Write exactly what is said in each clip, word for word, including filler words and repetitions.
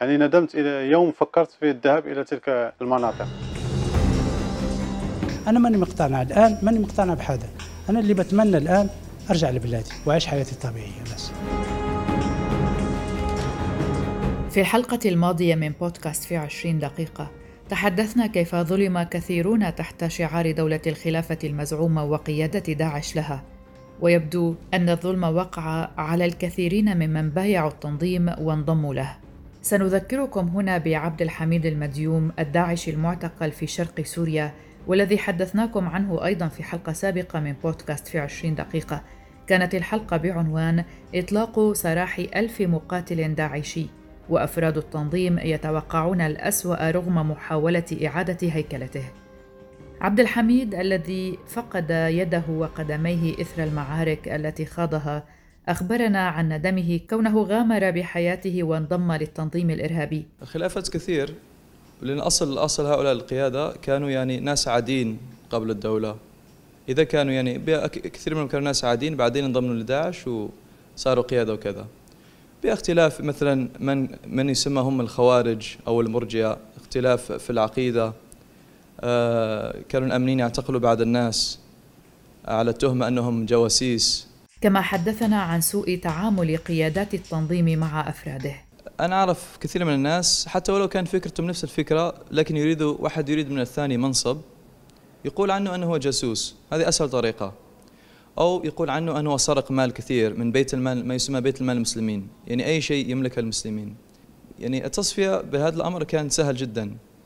يعني ندمت إلى يوم فكرت في الذهاب إلى تلك المناطق. أنا ماني مقتنع الآن، ماني مقتنع بحاجة. أنا اللي بتمنى الآن أرجع لبلادي وأعيش حياتي الطبيعية بس. في الحلقة الماضية من بودكاست في عشرين دقيقة تحدثنا كيف ظلم كثيرون تحت شعار دولة الخلافة المزعومة وقيادة داعش لها، ويبدو أن الظلم وقع على الكثيرين ممن بايعوا التنظيم وانضموا له. سنذكركم هنا بعبد الحميد المديوم الداعشي المعتقل في شرق سوريا، والذي حدثناكم عنه أيضا في حلقة سابقة من بودكاست في عشرين دقيقة. كانت الحلقة بعنوان إطلاق سراح ألف مقاتل داعشي، وأفراد التنظيم يتوقعون الأسوأ رغم محاولة إعادة هيكلته. عبد الحميد الذي فقد يده وقدميه إثر المعارك التي خاضها أخبرنا عن ندمه كونه غامر بحياته وانضم للتنظيم الإرهابي. خلافات كثير، لأن أصل أصل هؤلاء القيادة كانوا يعني ناس عاديين قبل الدولة. إذا كانوا يعني كثير منهم كانوا ناس عاديين بعدين انضموا لداعش وصاروا قيادة وكذا، باختلاف مثلا من من يسمى هم الخوارج أو المرجئة، اختلاف في العقيدة. آه كانوا الأمنيين يعتقلوا بعض الناس على التهمة أنهم جواسيس. كما حدثنا عن سوء تعامل قيادات التنظيم مع أفراده. أنا أعرف كثير من الناس حتى ولو كان فكرتهم نفس الفكرة، لكن يريدوا واحد يريد من الثاني منصب يقول عنه أنه هو جاسوس، هذه أسهل طريقة. أو يقول عنه أنه سرق مال كثير من بيت المال، ما يسمى بيت المال المسلمين، يعني أي شيء يملكه المسلمين. يعني التصفية بهذا الأمر كان سهل جدا.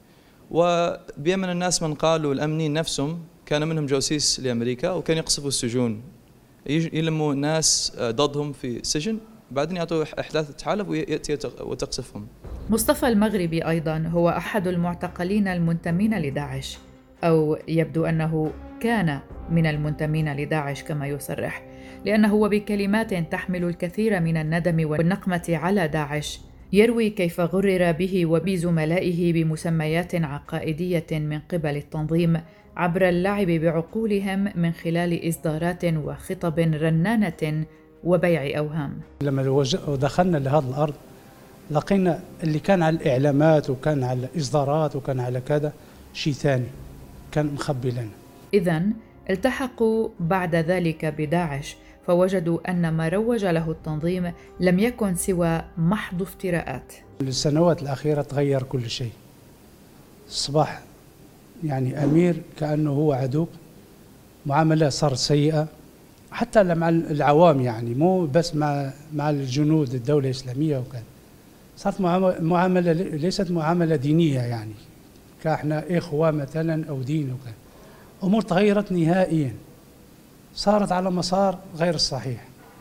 وبيمن الناس من قالوا الأمنيين نفسهم كان منهم جواسيس لأمريكا، وكان يقصفوا السجون، يلموا ناس ضدهم في سجن، بعدين يعطوا إحداث التحالف ويأتي وتقصفهم. مصطفى المغربي أيضا هو أحد المعتقلين المنتمين لداعش، أو يبدو أنه كان من المنتمين لداعش كما يصرح، لأنه وبكلمات تحمل الكثير من الندم والنقمة على داعش يروي كيف غرر به وبزملائه بمسميات عقائدية من قبل التنظيم عبر اللعب بعقولهم من خلال إصدارات وخطب رنانة وبيع أوهام. لما دخلنا لهذه الأرض لقينا اللي كان على الإعلامات وكان على الإصدارات وكان على كذا شيء ثاني كان مخبي لنا. إذن التحقوا بعد ذلك بداعش، فوجدوا أن ما روج له التنظيم لم يكن سوى محض افتراءات. السنوات الأخيرة تغير كل شيء. الصباح يعني أمير كأنه هو عدو، معاملة صارت سيئة حتى مع العوام، يعني مو بس مع مع الجنود الدولة الإسلامية وكذا. صارت معاملة ليست معاملة دينية، يعني كاحنا إخوة مثلا أو دين وكذا. أمور تغيرت نهائيا، صارت على مسار غير الصحيح.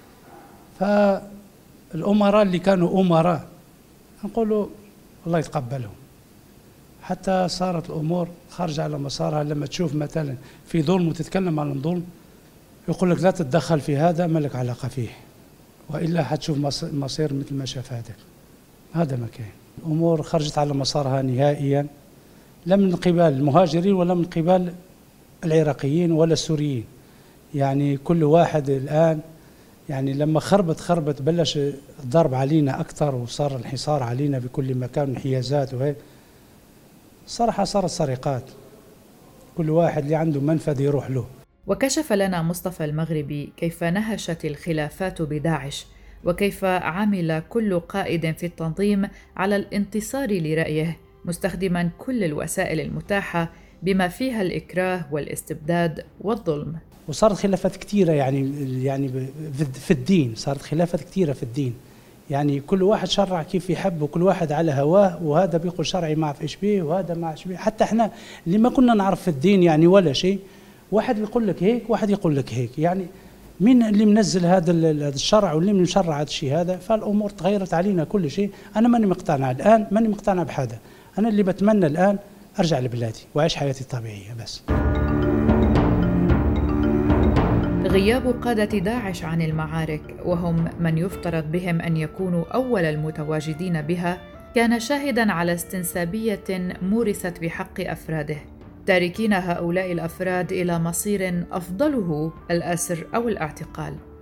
فالأمراء اللي كانوا أمراء نقولوا الله يتقبلهم، حتى صارت الأمور خارجة على مسارها. لما تشوف مثلا في ظلم وتتكلم عن الظلم يقول لك لا تتدخل في هذا، ما لك علاقة فيه، وإلا حتشوف مصير مثل ما شاف هذا. هذا ما كان. الأمور خرجت على مسارها نهائيا، لا من قبل المهاجرين ولا من قبل العراقيين ولا السوريين. يعني كل واحد الآن يعني لما خربت خربت بلش الضرب علينا أكثر، وصار الحصار علينا بكل مكان، انحيازات وهيك. صراحة صارت سرقات، كل واحد اللي عنده منفذ يروح له. وكشف لنا مصطفى المغربي كيف نهشت الخلافات بداعش، وكيف عمل كل قائد في التنظيم على الانتصار لرأيه مستخدما كل الوسائل المتاحة بما فيها الإكراه والاستبداد والظلم. وصارت خلافات كثيرة، يعني يعني في الدين صارت خلافات كثيرة في الدين، يعني كل واحد شرع كيف يحب وكل واحد على هواه، وهذا بيقول شرعي ما اعرف ايش بيه وهذا ما اعرف بيه. حتى احنا اللي ما كنا نعرف في الدين يعني ولا شيء، واحد يقول لك هيك واحد يقول لك هيك، يعني مين اللي منزل هذا الشرع واللي مشرع هذا الشيء هذا؟ فالامور تغيرت علينا كل شيء. انا ماني مقتنع الان، ماني مقتنع بهذا. انا اللي بتمنى الان ارجع لبلادي واعيش حياتي الطبيعيه بس. غياب قادة داعش عن المعارك، وهم من يفترض بهم أن يكونوا أول المتواجدين بها، كان شاهداً على استنسابية مورست بحق أفراده، تاركين هؤلاء الأفراد إلى مصير أفضله الأسر أو الاعتقال.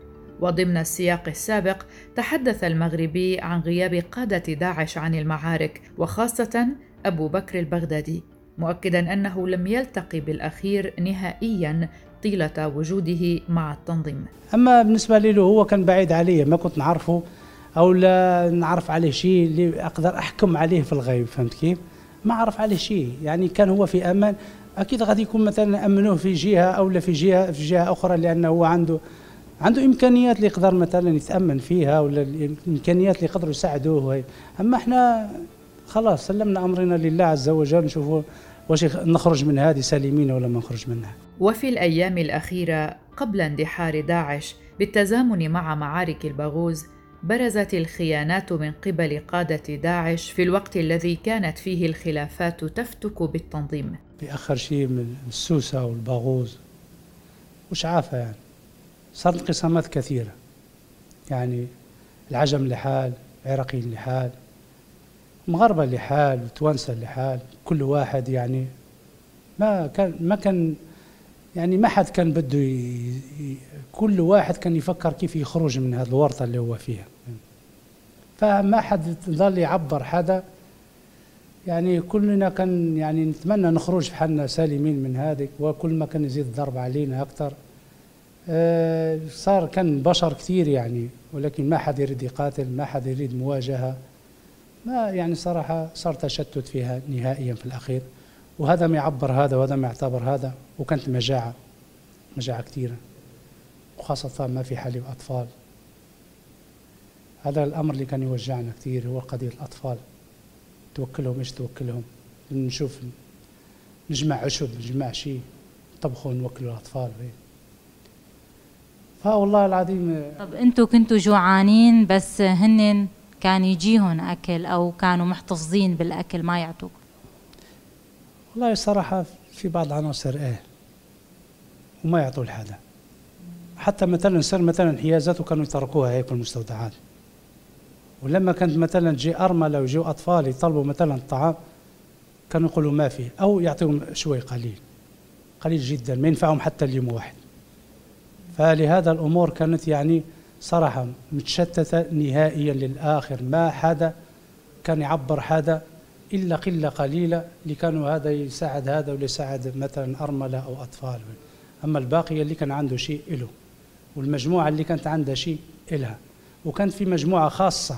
وضمن السياق السابق تحدث المغربي عن غياب قادة داعش عن المعارك وخاصة أبو بكر البغدادي، مؤكداً أنه لم يلتقي بالأخير نهائياً طيلة وجوده مع التنظيم. أما بالنسبة له هو كان بعيد علي، ما كنت نعرفه أو لا نعرف عليه شيء اللي أقدر أحكم عليه في الغيب، فهمت كيف؟ ما عرف عليه شيء، يعني كان هو في أمان. أكيد غادي يكون مثلا أمنوه في جهة أو لا في جهة في جهة أخرى، لأنه هو عنده عنده إمكانيات اللي يقدر مثلا يتأمن فيها، ولا الإمكانيات اللي يقدروا يساعدوه. أما إحنا خلاص سلمنا أمرنا لله عز وجل، نشوفوا واش نخرج من هذه سالمين ولا ما نخرج منها. وفي الأيام الأخيرة قبل اندحار داعش بالتزامن مع معارك الباغوز، برزت الخيانات من قبل قادة داعش في الوقت الذي كانت فيه الخلافات تفتك بالتنظيم. في آخر شيء من السوسة والباغوز وش عافى، يعني صارت انقسامات كثيرة، يعني العجم لحال، العراقيين لحال، المغاربة لحال، والتوانسة لحال، كل واحد يعني ما كان ما كان يعني ما حد كان بده ي... كل واحد كان يفكر كيف يخرج من هذه الورطة اللي هو فيها، فما حد ظل يعبر حدا. يعني كلنا كان يعني نتمنى نخرج في حالنا سالمين من هذه، وكل ما كان يزيد الضرب علينا أكثر. آه صار كان بشر كثير يعني، ولكن ما حد يريد يقاتل، ما حد يريد مواجهة، ما يعني صراحة صار تشتت فيها نهائيا في الأخير، وهذا ما يعبر هذا وهذا ما يعتبر هذا. وكانت مجاعة مجاعة كثيرة، وخاصة ما في حليب أطفال. هذا الأمر اللي كان يوجعنا كثير، هو قضية الأطفال، توكلهم إيش توكلهم، نشوف نجمع عشب نجمع شيء طبخوا نوكلوا الأطفال. فوالله العظيم. طب أنتوا كنتوا جوعانين بس هن كان يجيهم أكل أو كانوا محتفظين بالأكل ما يعطوك؟ والله الصراحة في بعض عناصر إيه وما يعطوا لحدا، حتى مثلا صار مثلا حيازاته كانوا يتركوها هيك في المستودعات. ولما كانت مثلا تجي أرملة ويجوا أطفال يطلبوا مثلا الطعام كانوا يقولوا ما فيه، أو يعطيهم شوي قليل قليل جدا، ما ينفعهم حتى اليوم واحد. فلهذا الأمور كانت يعني صراحة متشتتة نهائيا للآخر، ما حدا كان يعبر حدا إلا قلة قليلة اللي كانوا هذا يساعد هذا واللي يساعد مثلا أرملة أو أطفال. أما الباقي اللي كان عنده شيء إله، والمجموعة اللي كانت عندها شيء إلها. وكانت في مجموعة خاصة،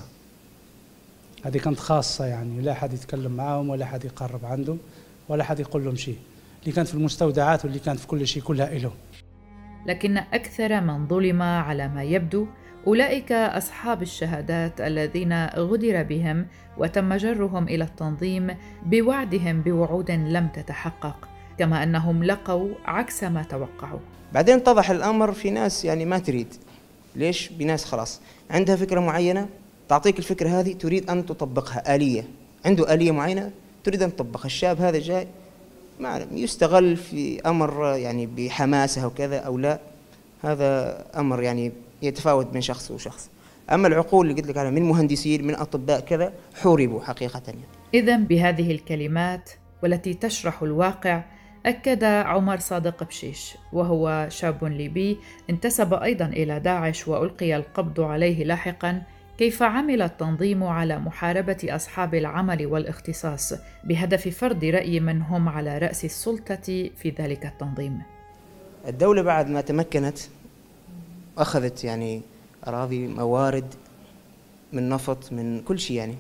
هذه كانت خاصة يعني لا أحد يتكلم معهم ولا أحد يقرب عندهم ولا أحد يقول لهم شيء، اللي كانت في المستودعات واللي كانت في كل شيء كلها إله. لكن أكثر من ظلم على ما يبدو أولئك أصحاب الشهادات الذين غدر بهم وتم جرهم إلى التنظيم بوعدهم بوعود لم تتحقق، كما أنهم لقوا عكس ما توقعوا. بعدين اتضح الأمر في ناس يعني ما تريد. ليش؟ بناس خلاص عندها فكرة معينة، تعطيك الفكرة هذه تريد أن تطبقها، آلية، عنده آلية معينة تريد أن تطبقها. الشاب هذا جاي ما يستغل في أمر يعني بحماسه وكذا أو لا، هذا أمر يعني يتفاوت بين شخص وشخص. أما العقول اللي قلت لك عليها من مهندسين من أطباء كذا حوربوا حقيقة يعني. إذن بهذه الكلمات والتي تشرح الواقع أكد عمر صادق بشيش، وهو شاب ليبي انتسب أيضا إلى داعش وألقي القبض عليه لاحقا، كيف عمل التنظيم على محاربة أصحاب العمل والاختصاص بهدف فرض رأي من هم على رأس السلطة في ذلك التنظيم. الدولة بعد ما تمكنت أخذت يعني أراضي، موارد من نفط، من كل شيء يعني،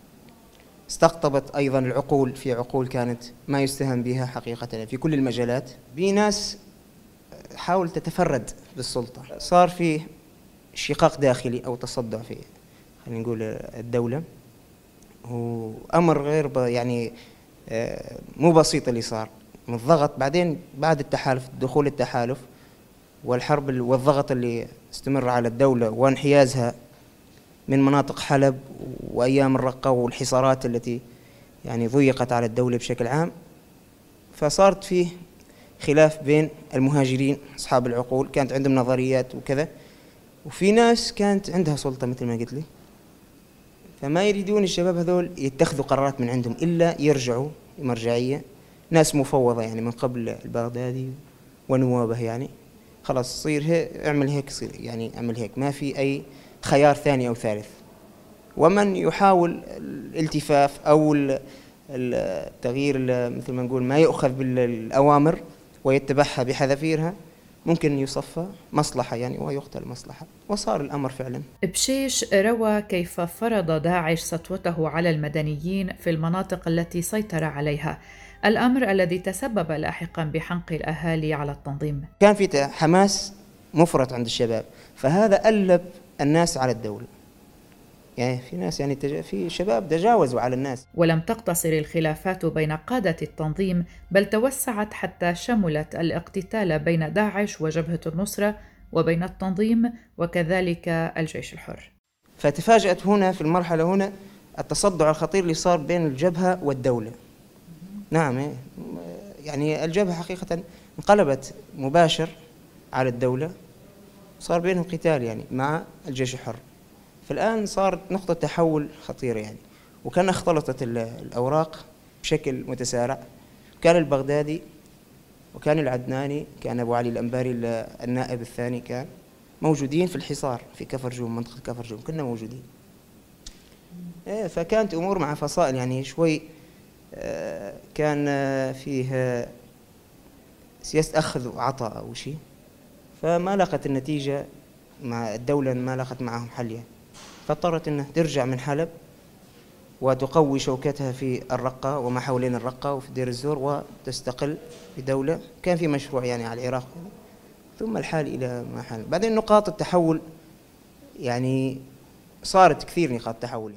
استقطبت أيضا العقول، في عقول كانت ما يستهان بها حقيقة في كل المجالات، بناس حاول تتفرد بالسلطة. صار في شقاق داخلي أو تصدع في خلينا نقول الدولة، وأمر غير يعني مو بسيط اللي صار من الضغط. بعدين بعد التحالف، دخول التحالف والحرب والضغط اللي استمر على الدولة وانحيازها من مناطق حلب وأيام الرقة والحصارات التي يعني ضيقت على الدولة بشكل عام، فصارت فيه خلاف بين المهاجرين أصحاب العقول، كانت عندهم نظريات وكذا، وفي ناس كانت عندها سلطة مثل ما قلت لي، فما يريدون الشباب هذول يتخذوا قرارات من عندهم إلا يرجعوا مرجعية، ناس مفوضة يعني من قبل البغدادي ونوابه يعني، خلاص صير هيك، اعمل هيك، صير يعني اعمل هيك، ما في أي خيار ثاني أو ثالث. ومن يحاول الالتفاف أو التغيير مثل ما نقول ما يؤخذ بالأوامر ويتبعها بحذافيرها ممكن يصفى مصلحة يعني ويقتل مصلحة، وصار الأمر فعلا. بشيش روى كيف فرض داعش سطوته على المدنيين في المناطق التي سيطر عليها، الأمر الذي تسبب لاحقا بحنق الأهالي على التنظيم. كان في حماس مفرط عند الشباب، فهذا قلب الناس على الدولة. يعني في ناس يعني تج... في شباب تجاوزوا على الناس. ولم تقتصر الخلافات بين قادة التنظيم، بل توسعت حتى شملت الاقتتال بين داعش وجبهة النصرة وبين التنظيم وكذلك الجيش الحر. فتفاجأت هنا في المرحلة هنا التصدع الخطير اللي صار بين الجبهة والدولة. نعم، يعني الجبهة حقيقة انقلبت مباشر على الدولة، صار بينهم قتال يعني مع الجيش الحر. فالآن صارت نقطة تحول خطيرة يعني، وكان اختلطت الأوراق بشكل متسارع. كان البغدادي وكان العدناني، كان أبو علي الأنباري النائب الثاني، كان موجودين في الحصار في كفر جوم، منطقة كفر جوم كنا موجودين. إيه، فكانت أمور مع فصائل يعني شوي آه كان آه فيه سياسة أخذ وعطاء أو شيء، فما لقت النتيجة مع الدولة، ما لقت معهم حل يعني، فاضطرت أنها ترجع من حلب وتقوي شوكتها في الرقة وما حولين الرقة وفي دير الزور وتستقل بدولة. كان في مشروع يعني على العراق، ثم الحال إلى ما حال. بعدين نقاط التحول يعني صارت كثير نقاط تحول.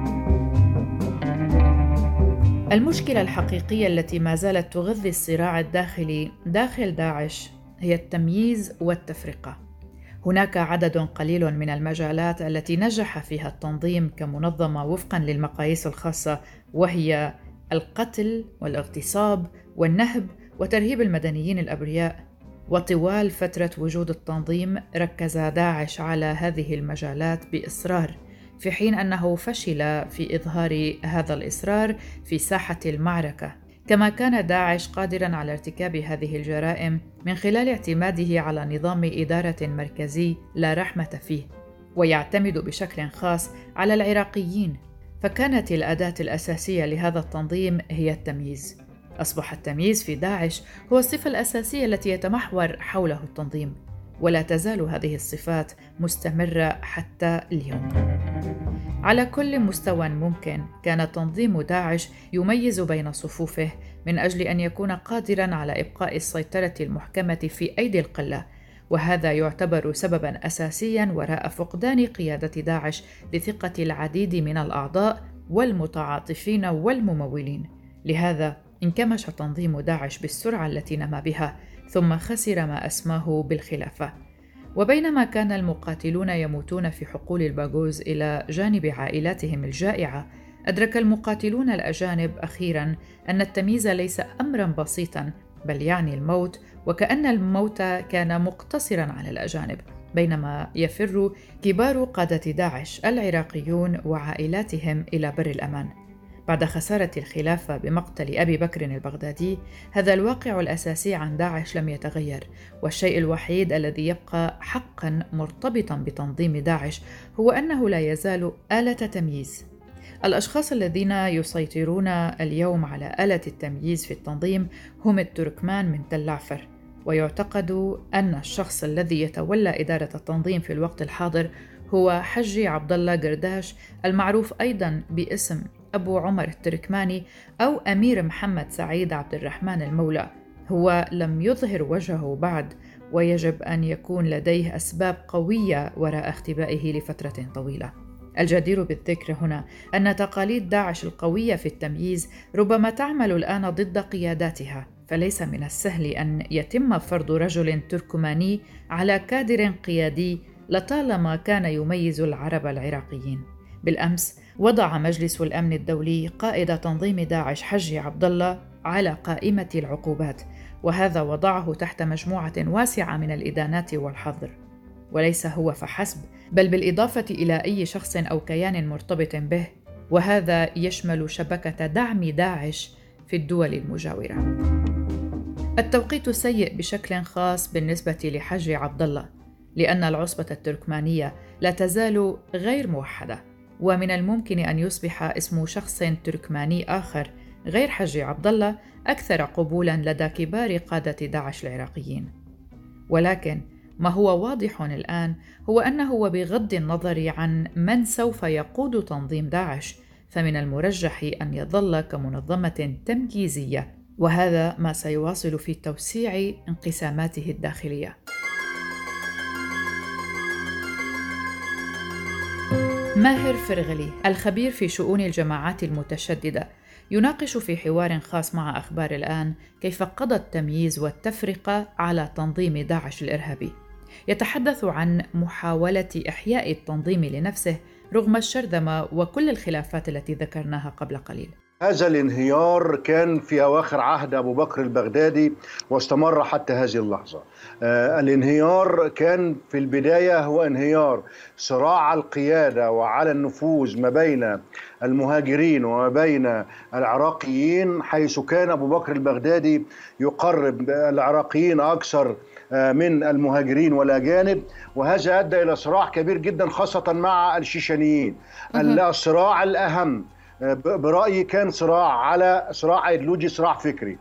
المشكلة الحقيقية التي ما زالت تغذي الصراع الداخلي داخل داعش هي التمييز والتفرقة. هناك عدد قليل من المجالات التي نجح فيها التنظيم كمنظمة وفقاً للمقاييس الخاصة، وهي القتل والاغتصاب والنهب وترهيب المدنيين الأبرياء. وطوال فترة وجود التنظيم ركز داعش على هذه المجالات بإصرار، في حين أنه فشل في إظهار هذا الإصرار في ساحة المعركة. كما كان داعش قادراً على ارتكاب هذه الجرائم من خلال اعتماده على نظام إدارة مركزي لا رحمة فيه، ويعتمد بشكل خاص على العراقيين. فكانت الأداة الأساسية لهذا التنظيم هي التمييز. أصبح التمييز في داعش هو الصفة الأساسية التي يتمحور حوله التنظيم، ولا تزال هذه الصفات مستمرة حتى اليوم. على كل مستوى ممكن كان تنظيم داعش يميز بين صفوفه من أجل أن يكون قادراً على إبقاء السيطرة المحكمة في أيدي القلة، وهذا يعتبر سبباً أساسياً وراء فقدان قيادة داعش لثقة العديد من الأعضاء والمتعاطفين والممولين. لهذا انكمش تنظيم داعش بالسرعة التي نما بها، ثم خسر ما أسماه بالخلافة. وبينما كان المقاتلون يموتون في حقول الباغوز إلى جانب عائلاتهم الجائعة، أدرك المقاتلون الأجانب أخيراً أن التمييز ليس أمراً بسيطاً، بل يعني الموت، وكأن الموت كان مقتصراً على الأجانب، بينما يفر كبار قادة داعش العراقيون وعائلاتهم إلى بر الأمان. بعد خسارة الخلافة بمقتل أبي بكر البغدادي، هذا الواقع الأساسي عن داعش لم يتغير، والشيء الوحيد الذي يبقى حقاً مرتبطاً بتنظيم داعش هو أنه لا يزال آلة تمييز. الأشخاص الذين يسيطرون اليوم على آلة التمييز في التنظيم هم التركمان من تل عفر، ويعتقد أن الشخص الذي يتولى إدارة التنظيم في الوقت الحاضر هو حجي عبد الله قرداش، المعروف أيضاً باسم أبو عمر التركماني أو أمير محمد سعيد عبد الرحمن المولى. هو لم يظهر وجهه بعد، ويجب أن يكون لديه أسباب قوية وراء اختبائه لفترة طويلة. الجدير بالذكر هنا أن تقاليد داعش القوية في التمييز ربما تعمل الآن ضد قياداتها، فليس من السهل أن يتم فرض رجل تركماني على كادر قيادي لطالما كان يميز العرب العراقيين. بالأمس وضع مجلس الأمن الدولي قائد تنظيم داعش حجي عبد الله على قائمة العقوبات، وهذا وضعه تحت مجموعة واسعة من الإدانات والحظر. وليس هو فحسب، بل بالإضافة إلى أي شخص أو كيان مرتبط به، وهذا يشمل شبكة دعم داعش في الدول المجاورة. التوقيت سيء بشكل خاص بالنسبة لحج عبد الله، لأن العصبة التركمانية لا تزال غير موحدة، ومن الممكن أن يصبح اسم شخص تركماني آخر غير حج عبد الله أكثر قبولاً لدى كبار قادة داعش العراقيين. ولكن ما هو واضح الآن هو أنه وبغض النظر عن من سوف يقود تنظيم داعش، فمن المرجح أن يظل كمنظمة تمييزية، وهذا ما سيواصل في توسيع انقساماته الداخلية. ماهر فرغلي الخبير في شؤون الجماعات المتشددة يناقش في حوار خاص مع أخبار الآن كيف قضى التمييز والتفرقة على تنظيم داعش الإرهابي. يتحدث عن محاولة إحياء التنظيم لنفسه رغم الشرذمة وكل الخلافات التي ذكرناها قبل قليل. هذا الانهيار كان في أواخر عهد أبو بكر البغدادي واستمر حتى هذه اللحظة. آه الانهيار كان في البداية هو انهيار صراع القيادة وعلى النفوذ ما بين المهاجرين وما بين العراقيين، حيث كان أبو بكر البغدادي يقرب العراقيين أكثر من المهاجرين والأجانب، وهذا أدى إلى صراع كبير جدا خاصة مع الشيشانيين. الصراع الأهم برأيي كان صراع على صراع ايديولوجي، صراع فكري.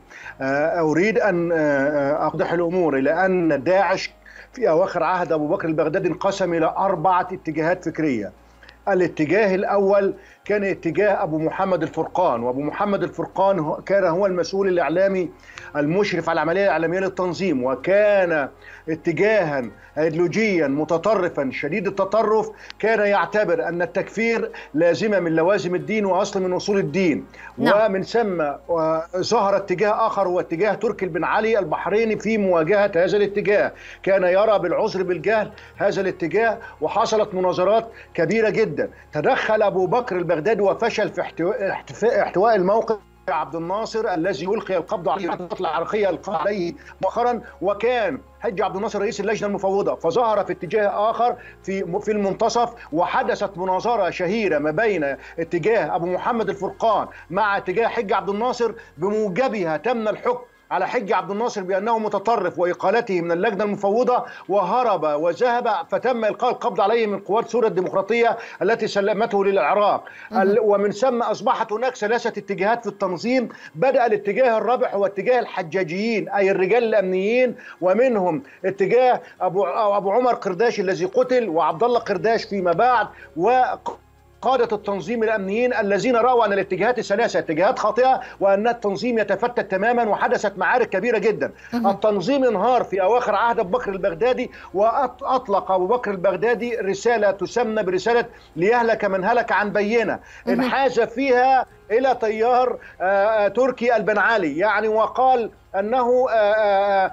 أريد أن أوضح الأمور إلى أن داعش في أواخر عهد أبو بكر البغدادي انقسم إلى أربعة اتجاهات فكرية. الاتجاه الأول كان اتجاه أبو محمد الفرقان، وأبو محمد الفرقان كان هو المسؤول الإعلامي المشرف على العملية الإعلامية للتنظيم، وكان اتجاها ايديولوجيا متطرفا شديد التطرف، كان يعتبر أن التكفير لازمة من لوازم الدين وأصل من أصول الدين. نعم. ومن ثم ظهر اتجاه آخر هو اتجاه تركي بن علي البحريني في مواجهة هذا الاتجاه، كان يرى بالعذر بالجهل هذا الاتجاه، وحصلت مناظرات كبيرة جدا. تدخل أبو بكر البغدادي وفشل في احتواء, احتواء الموقف عبد الناصر الذي يلقي القبض عليه الخطة العراقية القى عليه مؤخرا، وكان حج عبد الناصر رئيس اللجنة المفوضة، فظهر في اتجاه آخر في في المنتصف، وحدثت مناظرة شهيرة ما بين اتجاه أبو محمد الفرقان مع اتجاه حج عبد الناصر، بموجبها تم الحكم على حج عبد الناصر بأنه متطرف وإقالته من اللجنة المفوضة، وهرب وذهب، فتم إلقاء القبض عليه من قوات سوريا الديمقراطية التي سلمته للعراق. ومن ثم أصبحت هناك ثلاثة اتجاهات في التنظيم. بدأ الاتجاه الرابع هو اتجاه الحجاجيين، أي الرجال الأمنيين، ومنهم اتجاه أبو أبو عمر قرداش الذي قتل، وعبد الله قرداش فيما بعد، و قادة التنظيم الأمنيين الذين رأوا أن الاتجاهات الثلاثة اتجاهات خاطئة وأن التنظيم يتفتت تماما، وحدثت معارك كبيرة جدا. التنظيم انهار في أواخر عهد أبو بكر البغدادي، وأطلق أبو بكر البغدادي رسالة تسمى برسالة ليهلك من هلك عن بينة، انحاز فيها إلى تيار تركي البن علي، يعني وقال أنه آآ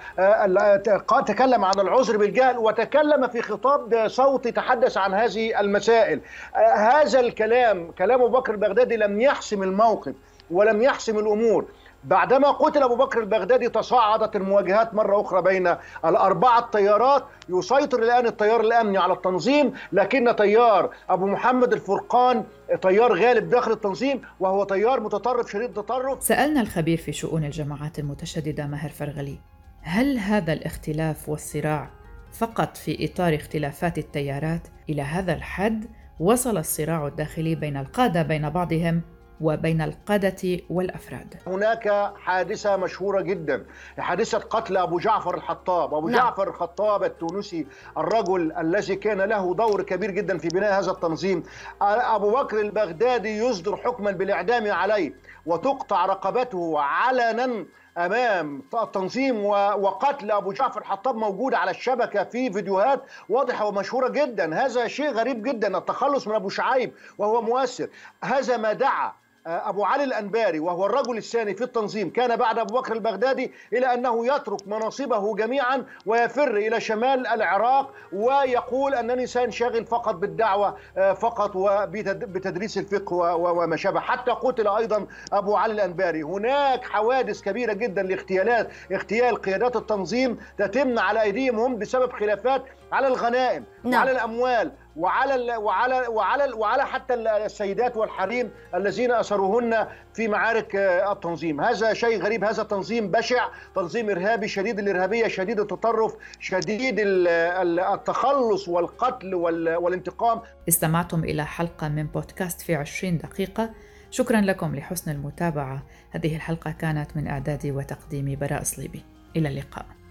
آآ تكلم عن العذر بالجهل، وتكلم في خطاب صوتي تحدث عن هذه المسائل. هذا الكلام كلام أبو بكر البغدادي لم يحسم الموقف ولم يحسم الأمور. بعدما قتل أبو بكر البغدادي تصاعدت المواجهات مرة أخرى بين الأربعة تيارات. يسيطر الآن التيار الأمني على التنظيم، لكن تيار أبو محمد الفرقان تيار غالب داخل التنظيم، وهو تيار متطرف شديد التطرف. سألنا الخبير في شؤون الجماعات المتشددة ماهر فرغلي، هل هذا الاختلاف والصراع فقط في إطار اختلافات التيارات؟ إلى هذا الحد وصل الصراع الداخلي بين القادة بين بعضهم وبين القادة والأفراد. هناك حادثة مشهورة جدا، حادثة قتل أبو جعفر الحطاب. أبو نعم. جعفر الحطاب التونسي، الرجل الذي كان له دور كبير جدا في بناء هذا التنظيم. أبو بكر البغدادي يصدر حكما بالإعدام عليه، وتقطع رقبته علنا أمام التنظيم، وقتل أبو جعفر الحطاب موجود على الشبكة في فيديوهات واضحة ومشهورة جدا. هذا شيء غريب جدا، التخلص من أبو شعيب وهو مؤثر. هذا ما دعا أبو علي الأنباري وهو الرجل الثاني في التنظيم كان بعد أبو بكر البغدادي إلى أنه يترك مناصبه جميعا ويفر إلى شمال العراق، ويقول أنني سأنشغل فقط بالدعوة فقط وبتدريس الفقه وما شابه، حتى قتل أيضا أبو علي الأنباري. هناك حوادث كبيرة جدا لاغتيالات اغتيال قيادات التنظيم تتم على أيديهم هم بسبب خلافات على الغنائم. نعم. وعلى الأموال وعلى وعلى وعلى وعلى حتى السيدات والحريم الذين أسروهن في معارك التنظيم. هذا شيء غريب، هذا تنظيم بشع، تنظيم إرهابي شديد الإرهابية، شديد التطرف، شديد التخلص والقتل والانتقام. استمعتم إلى حلقة من بودكاست في عشرين دقيقة. شكرا لكم لحسن المتابعة. هذه الحلقة كانت من إعداد وتقديم براء صليبي. إلى اللقاء.